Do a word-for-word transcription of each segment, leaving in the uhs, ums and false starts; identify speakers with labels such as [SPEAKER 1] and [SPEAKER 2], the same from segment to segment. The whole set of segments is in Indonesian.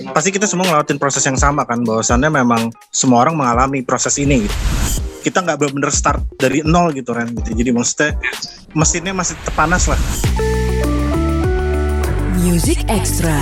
[SPEAKER 1] pasti kita semua ngelawatin proses yang sama kan, bahwasannya memang semua orang mengalami proses ini gitu. Kita nggak benar-benar start dari nol gitu Ren gitu. Jadi maksudnya mesinnya masih terpanas lah.
[SPEAKER 2] Music Extra.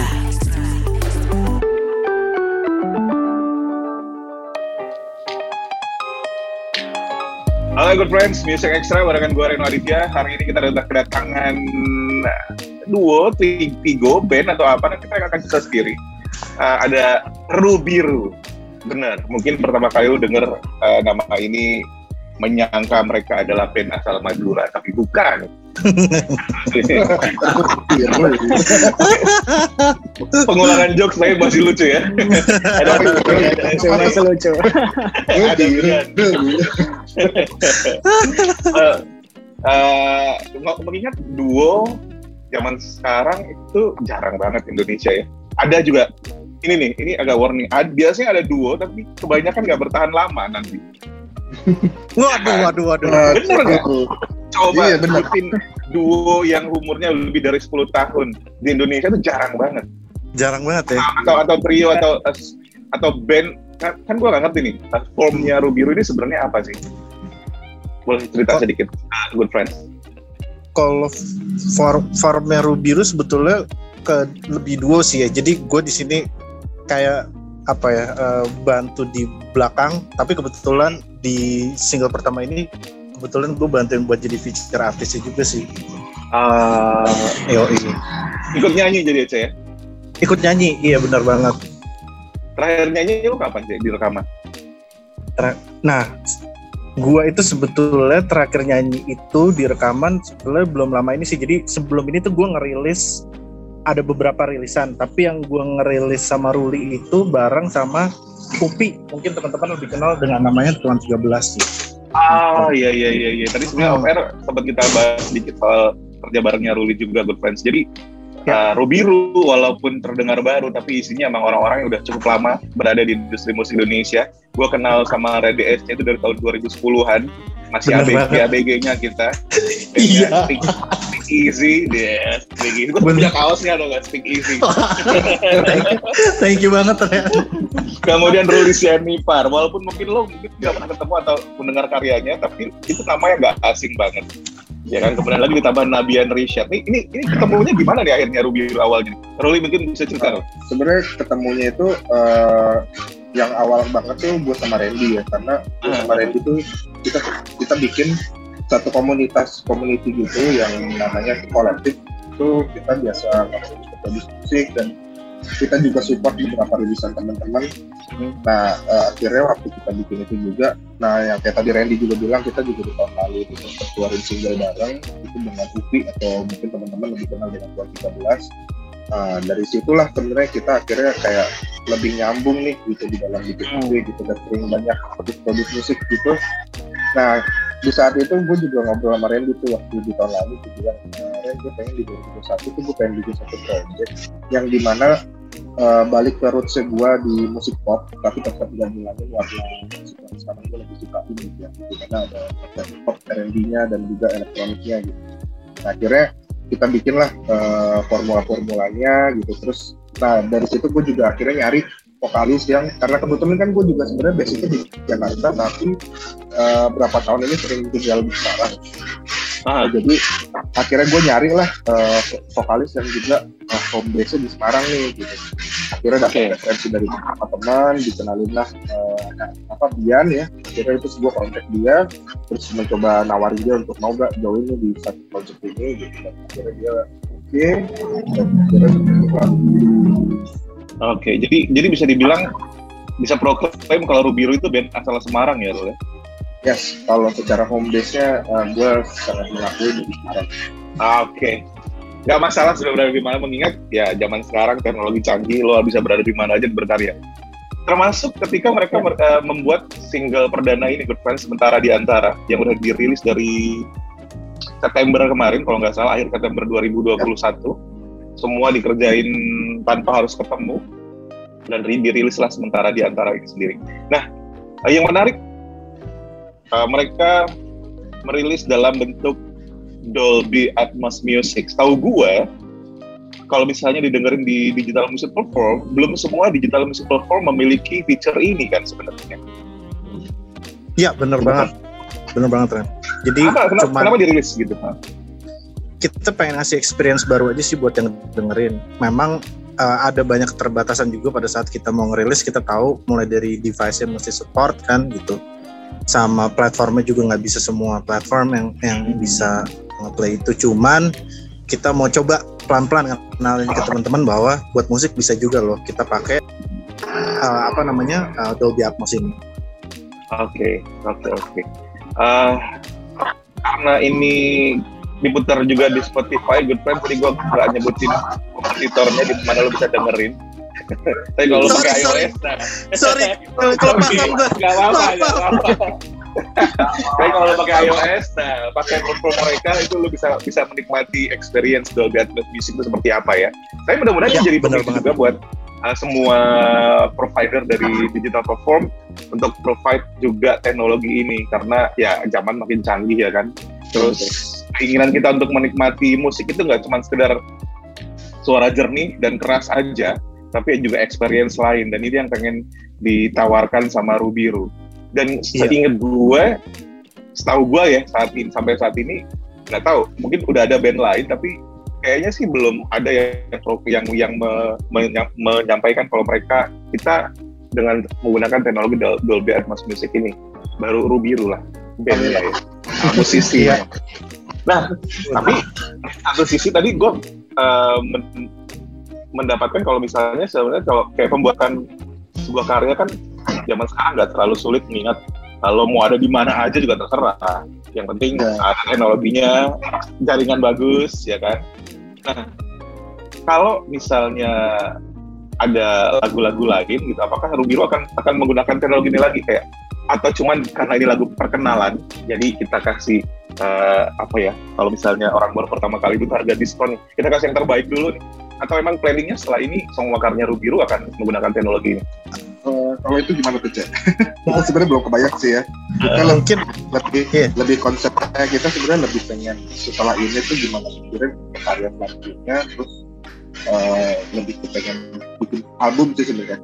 [SPEAKER 3] Halo good friends, Music Extra barengan gue Reno Aditya. Hari ini kita sudah kedatangan duo, tigo, band atau apa, nanti mereka akan cerita sendiri. Uh, ada Rubiru, benar. Mungkin pertama kali lu denger uh, nama ini menyangka mereka adalah band asal Madura, tapi bukan. Pengulangan jokes saya masih lucu ya. Ada masih lucu. Ada uh, uh, mengingat duo zaman sekarang itu jarang banget Indonesia ya. Ada juga ini nih, ini agak warning. Ad, biasanya ada duo tapi kebanyakan nggak bertahan lama nanti.
[SPEAKER 1] Waduh, waduh, waduh.
[SPEAKER 3] Bener nggak? Coba iya, bikin duo yang umurnya lebih dari sepuluh tahun di Indonesia itu jarang banget.
[SPEAKER 1] Jarang banget ya.
[SPEAKER 3] Atau atau trio atau atau band kan, kan gue nggak ngerti nih. Formnya Rubiru ini sebenarnya apa sih? Boleh cerita sedikit, uh, good friends.
[SPEAKER 1] Kalau form formnya Rubiru sebetulnya ke lebih duo sih ya. Jadi gue di sini kayak apa ya, uh, bantu di belakang. Tapi kebetulan di single pertama ini kebetulan gue bantuin buat jadi feature artisnya juga sih.
[SPEAKER 3] Uh,
[SPEAKER 1] Yo, iya.
[SPEAKER 3] Ikut nyanyi jadi aja ya?
[SPEAKER 1] Ikut nyanyi, iya benar banget.
[SPEAKER 3] Terakhir nyanyi lu kapan sih di rekaman?
[SPEAKER 1] Ter- nah, gue itu sebetulnya terakhir nyanyi itu di rekaman sebetulnya belum lama ini sih. Jadi sebelum ini tuh gue ngerilis ada beberapa rilisan, tapi yang gue ngerilis sama Ruli itu bareng sama Upi. Mungkin teman-teman lebih kenal dengan namanya Tuan tiga belas sih.
[SPEAKER 3] Ah iya iya iya iya. Tadi sebenarnya off air sempat kita bahas sedikit soal kerja barengnya Ruli juga good friends. Jadi ya. uh, Rubiru walaupun terdengar baru tapi isinya emang orang-orang yang udah cukup lama berada di industri musik Indonesia. Gue kenal sama Red D S-nya itu dari tahun dua ribu sepuluhan. Masih A B G A B G-nya kita.
[SPEAKER 1] Iya.
[SPEAKER 3] Stick, stick easy deh. Stick easy. Gue punya kaosnya dong nggak Stick easy.
[SPEAKER 1] thank, you, thank you banget ternyata.
[SPEAKER 3] Kemudian Ruli Sianipar, walaupun mungkin lo mungkin nggak pernah ketemu atau mendengar karyanya, tapi itu namanya nggak asing banget. Ya kan, kemudian lagi ditambah Nabian Rishad. Nih, ini ini ketemunya gimana nih akhirnya Rubiru awalnya? Ruli mungkin bisa cerita.
[SPEAKER 4] Uh, sebenarnya ketemunya itu uh, yang awal banget tuh gue sama Randy ya, karena gue uh. sama Randy tuh kita kita bikin satu komunitas community gitu yang namanya kolektif. Itu kita biasa produksi musik dan kita juga support beberapa rilisan teman-teman. Hmm. Nah uh, akhirnya waktu kita bikin itu juga, nah yang kayak tadi Randy juga bilang, kita juga di tahun lalu itu sempat keluarin single bareng itu dengan Upi atau mungkin teman-teman lebih kenal dengan Tuan tiga belas. Uh, dari situlah sebenarnya kita akhirnya kayak lebih nyambung nih gitu di dalam bikin musik gitu, dan sering banyak produksi musik gitu. Nah di saat itu gue juga ngobrol sama Randy tuh waktu di tahun lalu, gue bilang, Randy gue pengen di dua ribu dua puluh satu tuh gue pengen bikin satu project yang dimana uh, balik ke roots-nya gue di musik pop, tapi tetap gabungannya warna musik yang sekarang gue lebih suka ini ya, dimana ada pop R and B-nya dan juga elektroniknya gitu. Nah akhirnya kita bikinlah uh, formula-formulanya gitu. Terus nah dari situ gue juga akhirnya nyari vokalis yang, karena kebetulan kan gue juga sebenarnya basicnya di Jakarta, tapi uh, berapa tahun ini sering tinggal di Semarang. Ah, jadi akhirnya gue nyari lah uh, vokalis yang juga uh, home base-nya di Semarang nih gitu. Akhirnya dapat okay. referensi dari beberapa teman, dikenalin lah uh, apa Bian ya. Akhirnya itu gue kontak dia, terus mencoba nawarin dia untuk mau gak join di satu project ini gitu. Dan akhirnya dia oke, okay, dan akhirnya kita
[SPEAKER 3] Oke, okay, jadi jadi bisa dibilang bisa proklaim kalau Rubiru itu band asal Semarang ya, Rul?
[SPEAKER 4] Yes, kalau secara home base-nya uh, gue sangat mengakui di Semarang.
[SPEAKER 3] Oke, okay. Gak masalah sudah berada di mana, mengingat ya zaman sekarang teknologi canggih, lo bisa berada di mana aja berkarya. Termasuk ketika mereka uh, membuat single perdana ini, Good Friends, Sementara di Antara, yang udah dirilis dari September kemarin, kalau nggak salah akhir September dua ribu dua puluh satu. Ya. Semua dikerjain tanpa harus ketemu dan dirilislah Sementara di Antara ini sendiri. Nah, yang menarik, uh, mereka merilis dalam bentuk Dolby Atmos Music. Tahu gue, kalau misalnya didengerin di digital music platform, belum semua digital music platform memiliki feature ini kan sebenarnya.
[SPEAKER 1] Iya, benar banget. Benar banget, Ren. Jadi
[SPEAKER 3] kenapa, kenapa,
[SPEAKER 1] cuman
[SPEAKER 3] kenapa dirilis gitu, Pak?
[SPEAKER 1] Kita pengen ngasih experience baru aja sih buat yang dengerin. Memang uh, ada banyak keterbatasan juga pada saat kita mau ngerilis. Kita tahu mulai dari device-nya mesti support kan gitu. Sama platformnya juga nggak bisa semua platform yang yang bisa nge-play itu. Cuman kita mau coba pelan-pelan kenalin ke teman-teman bahwa buat musik bisa juga loh kita pakai uh, apa namanya uh, Dolby Atmos ini.
[SPEAKER 3] Oke, oke, oke. Uh, karena ini diputar juga di Spotify, Good Friends, jadi gue nggak nyebutin kompetitornya di mana lo bisa dengerin. Tapi kalau lo pakai iOS, nah.
[SPEAKER 1] Sorry, kalau paham gue.
[SPEAKER 3] Gak apa-apa, gak apa-apa. Tapi kalau lo pakai iOS, nah pakai platform mereka itu lo bisa bisa menikmati experience Dolby Atmos Music itu seperti apa ya. Tapi mudah-mudahan ya, jadi pemicu juga buat uh, semua provider dari digital platform untuk provide juga teknologi ini karena ya zaman makin canggih ya kan. Terus keinginan kita untuk menikmati musik itu nggak cuma sekedar suara jernih dan keras aja, tapi juga experience lain, dan ini yang pengen ditawarkan sama Rubiru. Dan seingat gue, setahu gue ya saat ini sampai saat ini nggak tahu, mungkin udah ada band lain, tapi kayaknya sih belum ada yang yang yang me, me, menyampaikan kalau mereka kita dengan menggunakan teknologi Dolby Atmos Music ini, baru Rubiru lah bandnya ya, musisi ya. Nah, tapi satu sisi tadi gue uh, men- mendapatkan kalau misalnya sebenarnya kalau kayak pembuatan sebuah karya kan zaman sekarang nggak terlalu sulit mengingat kalau mau ada di mana aja juga terserah. Yang penting ada teknologinya, jaringan bagus, ya kan. Nah, kalau misalnya ada lagu-lagu lain gitu, apakah Rubiru akan akan menggunakan teknologi ini lagi kayak atau cuman karena ini lagu perkenalan, jadi kita kasih uh, apa ya, kalau misalnya orang baru pertama kali itu harga diskon, kita kasih yang terbaik dulu nih. Atau memang planningnya setelah ini semua karya Rubiru akan menggunakan teknologi ini?
[SPEAKER 4] Uh, kalau itu gimana tuh, Cek? Kita sebenarnya belum kebayang sih ya. Kita uh, mungkin lebih yeah. lebih konsepnya kita sebenarnya lebih pengen setelah ini tuh gimana mikirin karya selanjutnya, terus uh, lebih pengen bikin album sih sebenarnya.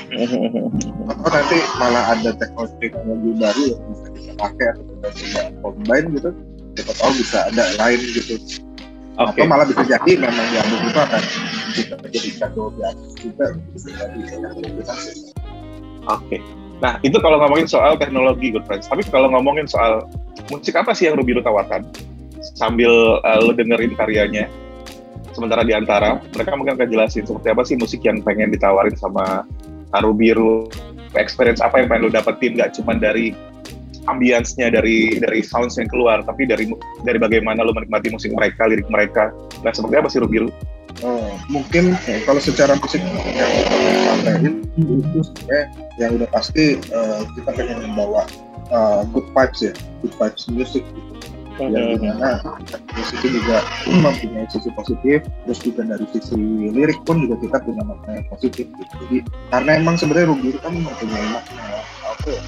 [SPEAKER 4] Atau nanti malah ada teknologi baru yang bisa kita pakai atau kita bisa combine gitu, siapa tahu bisa ada lain gitu. Okay. Atau malah bisa jadi memang di album itu akan kita jadikan Dolby Atmos juga bisa jadi.
[SPEAKER 3] Oke. Nah itu kalau ngomongin soal teknologi, Good Friends. Tapi kalau ngomongin soal musik apa sih yang Rubiru tawarkan sambil uh, lo dengerin karyanya, sementara di antara mereka mungkin akan jelasin seperti apa sih musik yang pengen ditawarin sama Rubiru, experience apa yang pengen lo dapetin, nggak cuma dari ambience-nya, dari dari sounds yang keluar, tapi dari dari bagaimana lo menikmati musik mereka, lirik mereka. Nah, seperti apa sih Rubiru?
[SPEAKER 4] Oh, mungkin ya, kalau secara musik yang kita sampaikan itu sebenarnya yang udah pasti uh, kita pengen membawa uh, good vibes ya, good vibes music gitu. Mm-hmm. Yang dimana musik itu juga mempunyai sisi positif, terus juga dari sisi lirik pun juga kita punya makna yang positif gitu. Jadi karena emang sebenarnya Rubiru kan mempunyai makna apa ya,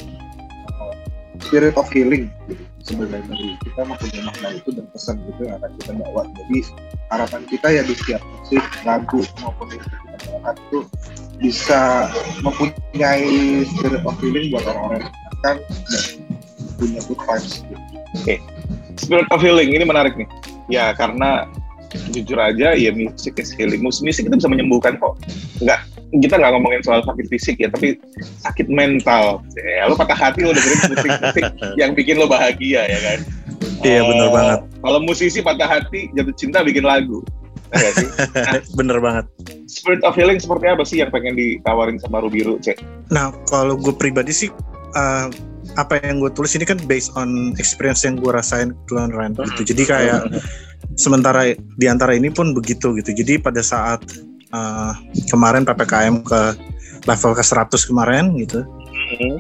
[SPEAKER 4] spirit of healing gitu. Sebenarnya dari kita mempunyai makna itu dan pesan gitu yang akan kita bawa. Jadi harapan kita ya di setiap musik, lagu maupun yang kita bawakan itu bisa mempunyai spirit of healing buat orang-orang yang akan punya good vibes gitu.
[SPEAKER 3] Oke, okay. Spirit of healing ini menarik nih. Ya karena jujur aja ya musik is healing. Musik itu bisa menyembuhkan kok. Enggak, kita nggak ngomongin soal sakit fisik ya, tapi sakit mental. Ya, lo patah hati lo dengerin musik-musik yang bikin lo bahagia ya kan.
[SPEAKER 1] Iya uh, benar banget.
[SPEAKER 3] Kalau musisi patah hati jatuh cinta bikin lagu. Ya, sih? Nah,
[SPEAKER 1] bener banget.
[SPEAKER 3] Spirit of healing seperti apa sih yang pengen ditawarin sama Rubiru, Cek?
[SPEAKER 1] Nah kalau gue pribadi sih uh, apa yang gue tulis ini kan based on experience yang gue rasain kebetulan Ren gitu. Jadi kayak sementara di antara ini pun begitu gitu. Jadi pada saat uh, kemarin P P K M ke level ke seratus kemarin gitu, mm-hmm.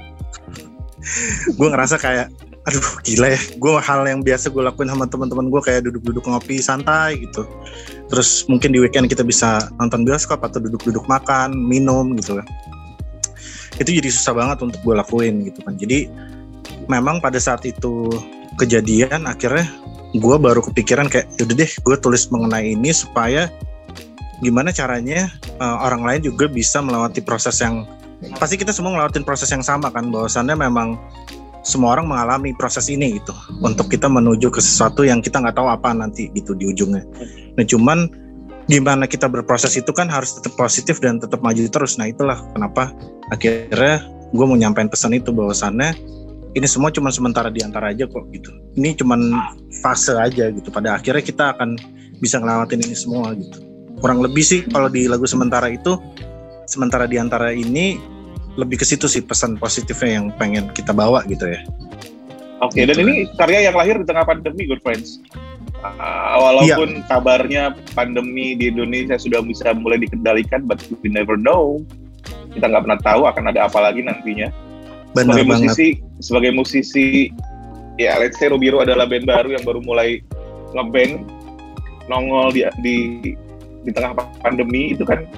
[SPEAKER 1] gue ngerasa kayak aduh gila ya. Gue hal yang biasa gue lakuin sama teman-teman gue kayak duduk-duduk ngopi santai gitu. Terus mungkin di weekend kita bisa nonton bioskop atau duduk-duduk makan, minum gitu kan. Itu jadi susah banget untuk gue lakuin gitu kan. Jadi memang pada saat itu kejadian akhirnya gue baru kepikiran kayak yaudah deh gue tulis mengenai ini supaya gimana caranya uh, orang lain juga bisa melewati proses yang pasti kita semua ngelewatin proses yang sama kan, bahwasannya memang semua orang mengalami proses ini gitu untuk kita menuju ke sesuatu yang kita nggak tahu apa nanti gitu di ujungnya. Nah cuman gimana kita berproses itu kan harus tetap positif dan tetap maju terus. Nah itulah kenapa akhirnya gue mau nyampein pesan itu, bahwasannya ini semua cuma sementara di antara aja kok gitu. Ini cuma fase aja gitu. Pada akhirnya kita akan bisa ngelewatin ini semua gitu. Kurang lebih sih kalau di lagu sementara itu, sementara di antara ini lebih ke situ sih pesan positifnya yang pengen kita bawa gitu ya.
[SPEAKER 3] Oke, okay, gitu. Dan ini karya yang lahir di tengah pandemi, Good Friends. Uh, walaupun ya. Kabarnya pandemi di Indonesia sudah bisa mulai dikendalikan, but we never know. Kita nggak pernah tahu akan ada apa lagi nantinya.
[SPEAKER 1] Benar
[SPEAKER 3] sebagai
[SPEAKER 1] banget.
[SPEAKER 3] musisi, sebagai musisi, ya let's say Rubiru adalah band baru yang baru mulai ngeband, nongol di, di di tengah pandemi itu kan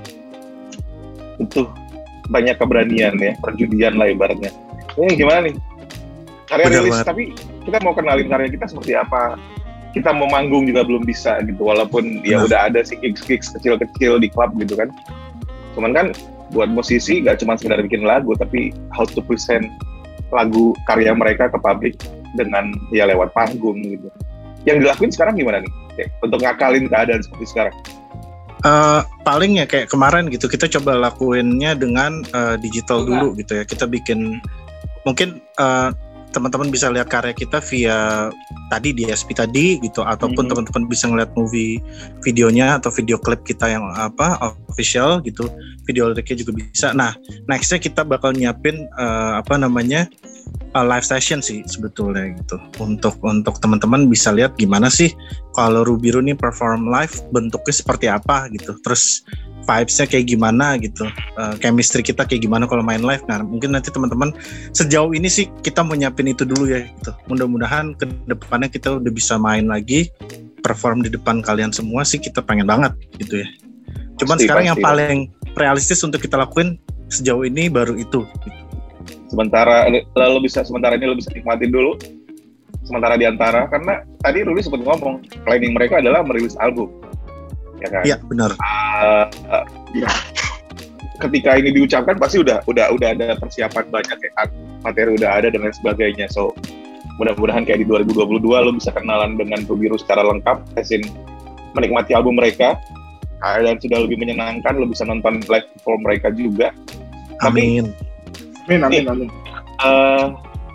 [SPEAKER 3] butuh banyak keberanian ya, perjudian lah ibaratnya. Ini gimana nih? Karya
[SPEAKER 1] Benar
[SPEAKER 3] rilis,
[SPEAKER 1] banget.
[SPEAKER 3] tapi kita mau kenalin karya kita seperti apa? Kita mau manggung juga belum bisa gitu, walaupun ya
[SPEAKER 1] Benar.
[SPEAKER 3] udah ada sih gigs-gigs kecil-kecil di klub gitu kan. Cuman kan buat musisi gak cuma sekedar bikin lagu, tapi how to present lagu karya mereka ke publik dengan ya lewat panggung gitu. Yang dilakuin sekarang gimana nih? Kayak, untuk ngakalin keadaan seperti sekarang?
[SPEAKER 1] Uh, paling ya kayak kemarin gitu, kita coba lakuinnya dengan uh, digital dulu gitu ya. Kita bikin, mungkin uh, teman-teman bisa lihat karya kita via tadi di S P tadi gitu, ataupun mm-hmm. teman-teman bisa ngeliat movie videonya atau video klip kita yang apa official gitu, video liriknya juga bisa. Nah nextnya kita bakal nyiapin uh, apa namanya uh, live session sih sebetulnya gitu, untuk untuk teman-teman bisa lihat gimana sih kalau Rubiru nih perform live bentuknya seperti apa gitu, terus vibes-nya kayak gimana gitu, uh, chemistry kita kayak gimana kalau main live. Nah mungkin nanti teman-teman sejauh ini sih kita mau nyiapin itu dulu ya gitu. Mudah-mudahan ke depannya kita udah bisa main lagi, perform di depan kalian semua sih, kita pengen banget gitu ya. Cuman pasti, sekarang pasti, yang paling realistis untuk kita lakuin sejauh ini baru itu gitu.
[SPEAKER 3] Sementara lalu bisa sementara ini lo bisa nikmatin dulu sementara di antara, karena tadi Ruli sempat ngomong planning mereka adalah merilis album. Ya kan?
[SPEAKER 1] Iya benar.
[SPEAKER 3] Uh, uh, ya. Ketika ini diucapkan pasti udah udah udah ada persiapan banyak kayak materi udah ada dan lain sebagainya. So mudah-mudahan kayak di dua ribu dua puluh dua lo bisa kenalan dengan Rubiru secara lengkap, asin menikmati album mereka, dan sudah lebih menyenangkan, lo bisa nonton live perform mereka juga.
[SPEAKER 1] Amin.
[SPEAKER 3] Tapi,
[SPEAKER 4] amin amin amin.
[SPEAKER 3] Uh,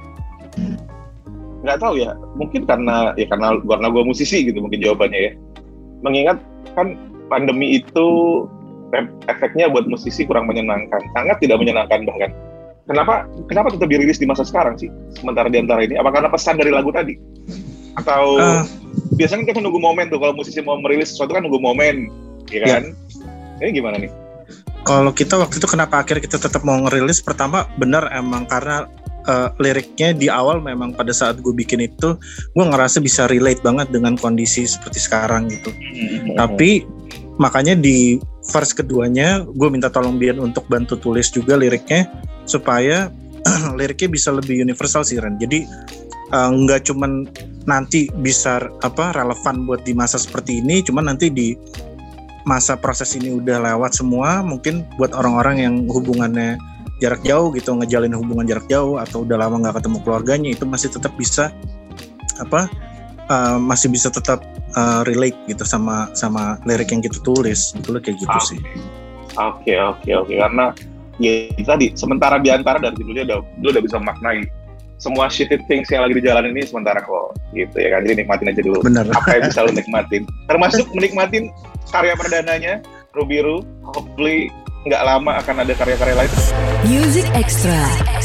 [SPEAKER 3] nggak tahu ya, mungkin karena ya karena karena gue musisi gitu mungkin jawabannya ya. Mengingat kan pandemi itu efeknya buat musisi kurang menyenangkan, sangat tidak menyenangkan bahkan. Kenapa kenapa tetap dirilis di masa sekarang sih? Sementara di antara ini, apa karena pesan dari lagu tadi? Atau uh, biasanya kita nunggu momen tuh, kalau musisi mau merilis sesuatu kan nunggu momen, ya kan? Ya. Ini gimana nih?
[SPEAKER 1] Kalau kita waktu itu kenapa akhirnya kita tetap mau ngerilis? Pertama benar emang karena Uh, liriknya di awal memang pada saat gue bikin itu gue ngerasa bisa relate banget dengan kondisi seperti sekarang gitu. Mm-hmm. Tapi makanya di verse keduanya gue minta tolong Bian untuk bantu tulis juga liriknya supaya liriknya bisa lebih universal sih Ren. Jadi nggak uh, cuman nanti bisa apa relevan buat di masa seperti ini, cuman nanti di masa proses ini udah lewat semua, mungkin buat orang-orang yang hubungannya jarak jauh gitu, ngejalin hubungan jarak jauh atau udah lama nggak ketemu keluarganya, itu masih tetap bisa apa uh, masih bisa tetap uh, relate gitu sama sama lirik yang kita tulis, itu kayak gitu
[SPEAKER 3] okay.
[SPEAKER 1] sih.
[SPEAKER 3] Oke oke oke karena ya tadi sementara di antara dari judulnya udah lu udah bisa maknai semua shitty things yang lagi di jalan ini sementara kok gitu ya kan, jadi nikmatin aja dulu. Bener. Apa yang bisa lu nikmatin, termasuk menikmatin karya perdananya Rubiru. Hopefully nggak lama akan ada karya-karya lain.
[SPEAKER 2] Music Extra.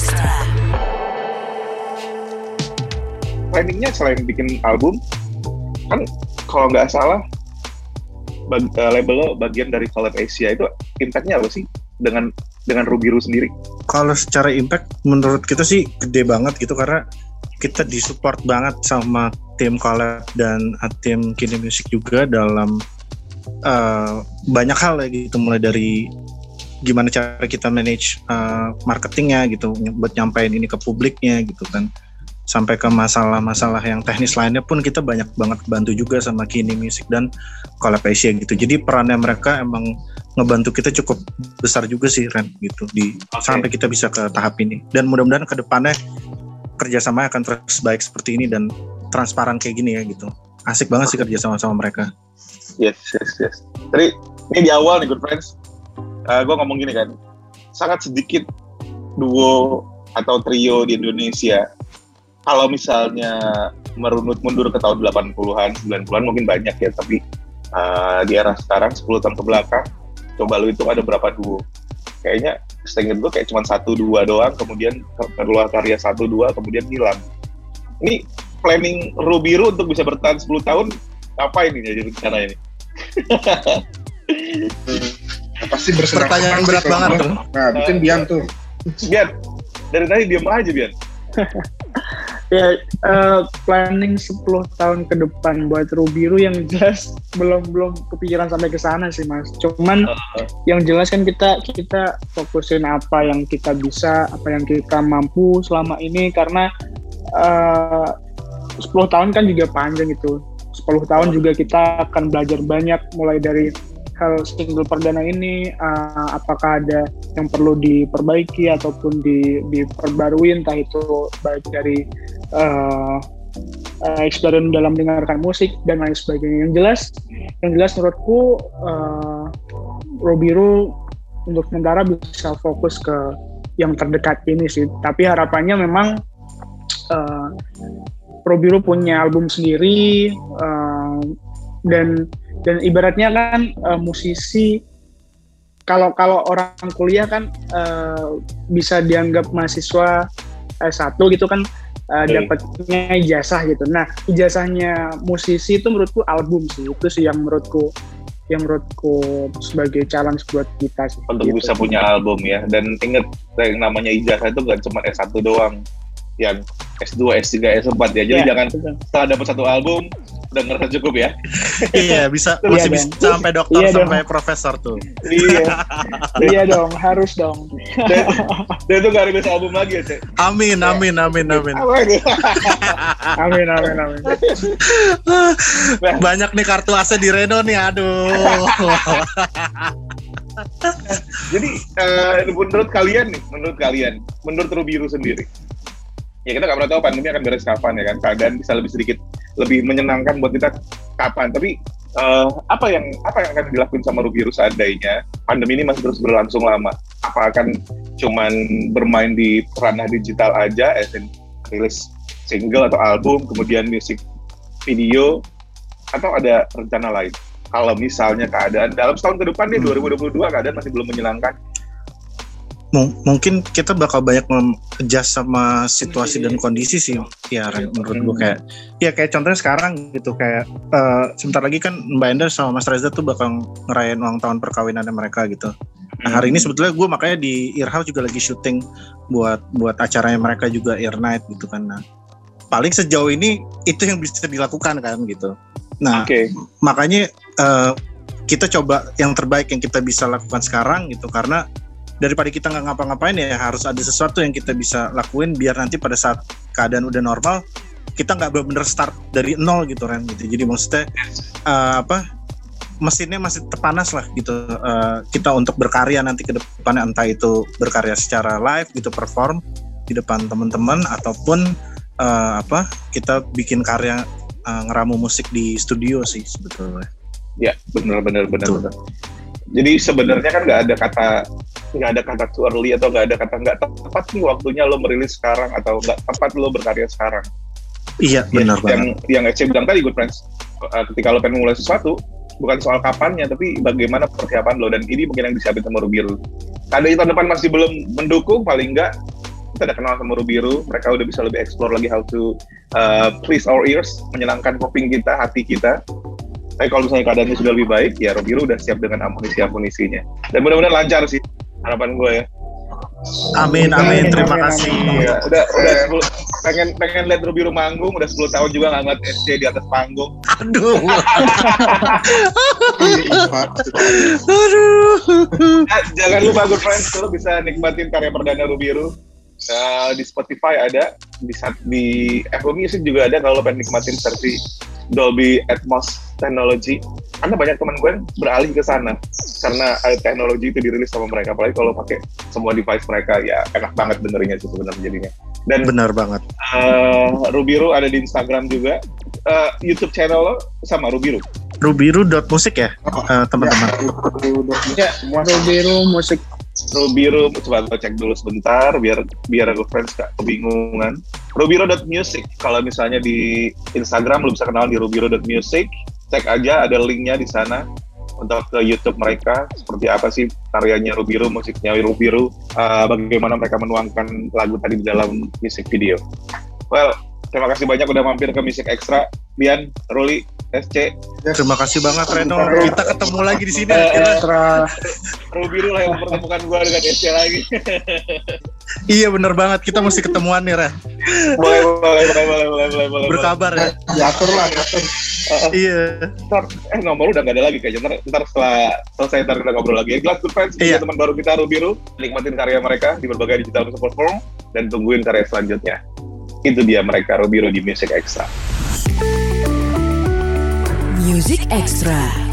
[SPEAKER 3] Planningnya selain bikin album, kan kalau nggak salah bag, uh, label lo bagian dari Collab Asia, itu impact-nya apa sih dengan dengan Rubiru sendiri?
[SPEAKER 1] Kalau secara impact menurut kita sih gede banget gitu, karena kita disupport banget sama tim Collab dan tim Kini Music juga dalam uh, banyak hal ya gitu, mulai dari gimana cara kita manage uh, marketingnya gitu buat nyampein ini ke publiknya gitu kan, sampai ke masalah-masalah yang teknis lainnya pun kita banyak banget bantu juga sama Kini Music dan Collab Asia gitu. Jadi perannya mereka emang ngebantu kita cukup besar juga sih Ren gitu di okay. sampai kita bisa ke tahap ini. Dan mudah-mudahan ke depannya kerjasama akan terus baik seperti ini dan transparan kayak gini ya gitu. Asik banget sih kerja sama-sama mereka.
[SPEAKER 3] Yes, yes, yes. Tadi ini di awal nih Good Friends, uh, gue ngomong gini kan, sangat sedikit duo atau trio di Indonesia. Kalau misalnya merunut mundur ke tahun delapan puluhan, sembilan puluhan mungkin banyak ya, tapi uh, di era sekarang sepuluh tahun ke belakang, coba lu hitung ada berapa duo. Kayaknya seinget gue kayak cuma satu dua doang, kemudian keluar karya satu dua, kemudian hilang. Ini planning Rubiru untuk bisa bertahan sepuluh tahun, apa ini jadi rencana ini?
[SPEAKER 4] Pasti bersenang-senang.
[SPEAKER 1] Pertanyaan berat banget tuh.
[SPEAKER 4] Nah, bikin Bian tuh.
[SPEAKER 3] Bian, dari tadi diam aja Bian.
[SPEAKER 5] Ya, uh, planning sepuluh tahun ke depan buat Rubiru yang jelas belum belum kepikiran sampai ke sana sih Mas. Cuman uh. yang jelas kan kita kita fokusin apa yang kita bisa, apa yang kita mampu selama ini, karena uh, sepuluh tahun kan juga panjang itu. sepuluh tahun juga kita akan belajar banyak, mulai dari hal single perdana ini, uh, apakah ada yang perlu diperbaiki ataupun di, diperbarui, entah itu baik dari uh, uh, experience dalam mendengarkan musik dan lain sebagainya. Yang jelas, yang jelas menurutku uh, Rubiru untuk sementara bisa fokus ke yang terdekat ini sih. Tapi harapannya memang uh, Rubiru punya album sendiri, uh, dan dan ibaratnya kan uh, musisi kalau kalau orang kuliah kan uh, bisa dianggap mahasiswa S satu gitu kan, uh, okay. dapatnya ijazah gitu. Nah, ijazahnya musisi itu menurutku album sih, itu sih yang menurutku yang menurutku sebagai challenge buat kita sih.
[SPEAKER 3] Untuk gitu. Bisa punya album ya, dan inget yang namanya ijazah itu gak cuma S satu doang, yang S dua, S tiga, S empat ya. Jadi ya, jangan betul. Setelah dapat satu album udah ngerasa cukup ya.
[SPEAKER 1] Iya, bisa masih iya bisa dong. Sampai dokter iya sampai dong. Profesor tuh.
[SPEAKER 5] Iya. Iya dong, harus dong.
[SPEAKER 3] Dan, dan itu gak rilis album lagi ya, Cek.
[SPEAKER 1] Amin, amin, amin, amin.
[SPEAKER 5] Amin, amin, amin.
[SPEAKER 1] Banyak nih kartu ase di Reno nih, aduh.
[SPEAKER 3] Jadi uh, menurut kalian nih, menurut kalian, menurut Rubiru sendiri, ya kita nggak pernah tahu pandemi akan beres kapan ya kan, keadaan bisa lebih sedikit lebih menyenangkan buat kita kapan, tapi uh, apa yang apa yang akan dilakukan sama Rubiru seandainya pandemi ini masih terus berlangsung lama? Apa akan cuman bermain di ranah digital aja, as in rilis single atau album, kemudian musik video, atau ada rencana lain? Kalau misalnya keadaan dalam setahun ke depan nih, hmm. dua ribu dua puluh dua keadaan masih belum menyenangkan,
[SPEAKER 1] M- mungkin kita bakal banyak adjust sama situasi dan kondisi sih ya Ren, menurut gue. Kayak ya kayak contohnya sekarang gitu, kayak uh, sebentar lagi kan Mbak Ender sama Mas Reza tuh bakal ngerayain ulang tahun perkawinannya mereka gitu. Nah hari ini sebetulnya gue makanya di Earhouse juga lagi syuting buat buat acaranya mereka juga, Ear Night gitu kan. Nah paling sejauh ini itu yang bisa dilakukan kan gitu. Nah okay. makanya uh, kita coba yang terbaik yang kita bisa lakukan sekarang gitu, karena daripada kita nggak ngapa-ngapain ya harus ada sesuatu yang kita bisa lakuin biar nanti pada saat keadaan udah normal kita nggak benar-benar start dari nol gitu Ren gitu. Jadi maksudnya uh, apa mesinnya masih terpanas lah gitu, uh, kita untuk berkarya nanti ke depannya, entah itu berkarya secara live gitu, perform di depan teman-teman, ataupun uh, apa kita bikin karya uh, ngeramu musik di studio sih sebetulnya.
[SPEAKER 3] Ya benar-benar benar-benar. Jadi sebenarnya kan nggak ada kata nggak ada kata too early atau nggak ada kata nggak tepat nih waktunya lo merilis sekarang atau nggak tepat lo berkarya sekarang.
[SPEAKER 1] Iya benar
[SPEAKER 3] ya,
[SPEAKER 1] banget.
[SPEAKER 3] Yang yang Ece bilang tadi, Good Friends, ketika lo pengen mulai sesuatu bukan soal kapannya tapi bagaimana persiapan lo, dan ini mungkin yang disiapin sama Rubiru. Keadaan tahun depan masih belum mendukung, paling nggak kita udah kenal sama Rubiru, mereka udah bisa lebih explore lagi how to uh, please our ears, menyenangkan kuping kita, hati kita. Tapi kalau misalnya keadaannya sudah lebih baik, ya Rubiru udah siap dengan amunisi-amunisinya. Dan mudah-mudahan lancar sih, harapan gue ya.
[SPEAKER 1] Amin, amin, terima kasih.
[SPEAKER 3] Ya, udah, udah sepuluh, pengen pengen lihat Rubiru manggung, udah sepuluh tahun juga nggak ngeliat S C di atas panggung.
[SPEAKER 1] Aduh. Aduh.
[SPEAKER 3] Nah, jangan lupa Good Friends, lo bisa nikmatin karya perdana Rubiru Uh, di Spotify ada, di di Apple Music juga ada kalau lo pengen nikmatin versi Dolby Atmos teknologi. Karena banyak teman gue yang beralih ke sana karena uh, teknologi itu dirilis sama mereka. Apalagi kalau pakai semua device mereka, ya enak banget dengerinnya sih sebenarnya jadinya. Dan
[SPEAKER 1] benar banget.
[SPEAKER 3] Uh, Rubiru ada di Instagram juga. Uh, YouTube channel lo sama Rubiru.
[SPEAKER 1] Rubiru.musik ya, uh, teman-teman.
[SPEAKER 5] Ya, Rubiru musik.
[SPEAKER 3] Rubiru, coba lo cek dulu sebentar biar biar aku friends gak kebingungan. Rubiru.music. Kalau misalnya di Instagram lo bisa kenal di Rubiru.music. Cek aja ada linknya di sana untuk ke YouTube mereka. Seperti apa sih karyanya Rubiru, musiknya Rubiru, uh, bagaimana mereka menuangkan lagu tadi di dalam music video. Well, terima kasih banyak udah mampir ke Music Extra. Bian, Ruli, S C.
[SPEAKER 1] Terima kasih banget Reno. Kita ketemu lagi di sini.
[SPEAKER 5] Extra.
[SPEAKER 3] Rubiru lah yang mempertemukan gue dengan S C lagi.
[SPEAKER 1] Iya bener banget. Kita mesti ketemuan nih Ren.
[SPEAKER 3] Boleh, boleh, boleh, boleh, boleh, boleh, boleh.
[SPEAKER 1] Berkabar ya.
[SPEAKER 4] Diatur lah, diatur.
[SPEAKER 3] Uh,
[SPEAKER 1] iya.
[SPEAKER 3] Ntar, eh nomor udah gak ada lagi kayaknya. Ntar, ntar setelah selesai ntar kita ngobrol lagi. Glass Good Friends,
[SPEAKER 1] iya.
[SPEAKER 3] Teman baru kita Rubiru. Nikmatin karya mereka di berbagai digital music platform dan tungguin karya selanjutnya. Itu dia mereka Rubiru di Music Extra.
[SPEAKER 2] Music Extra.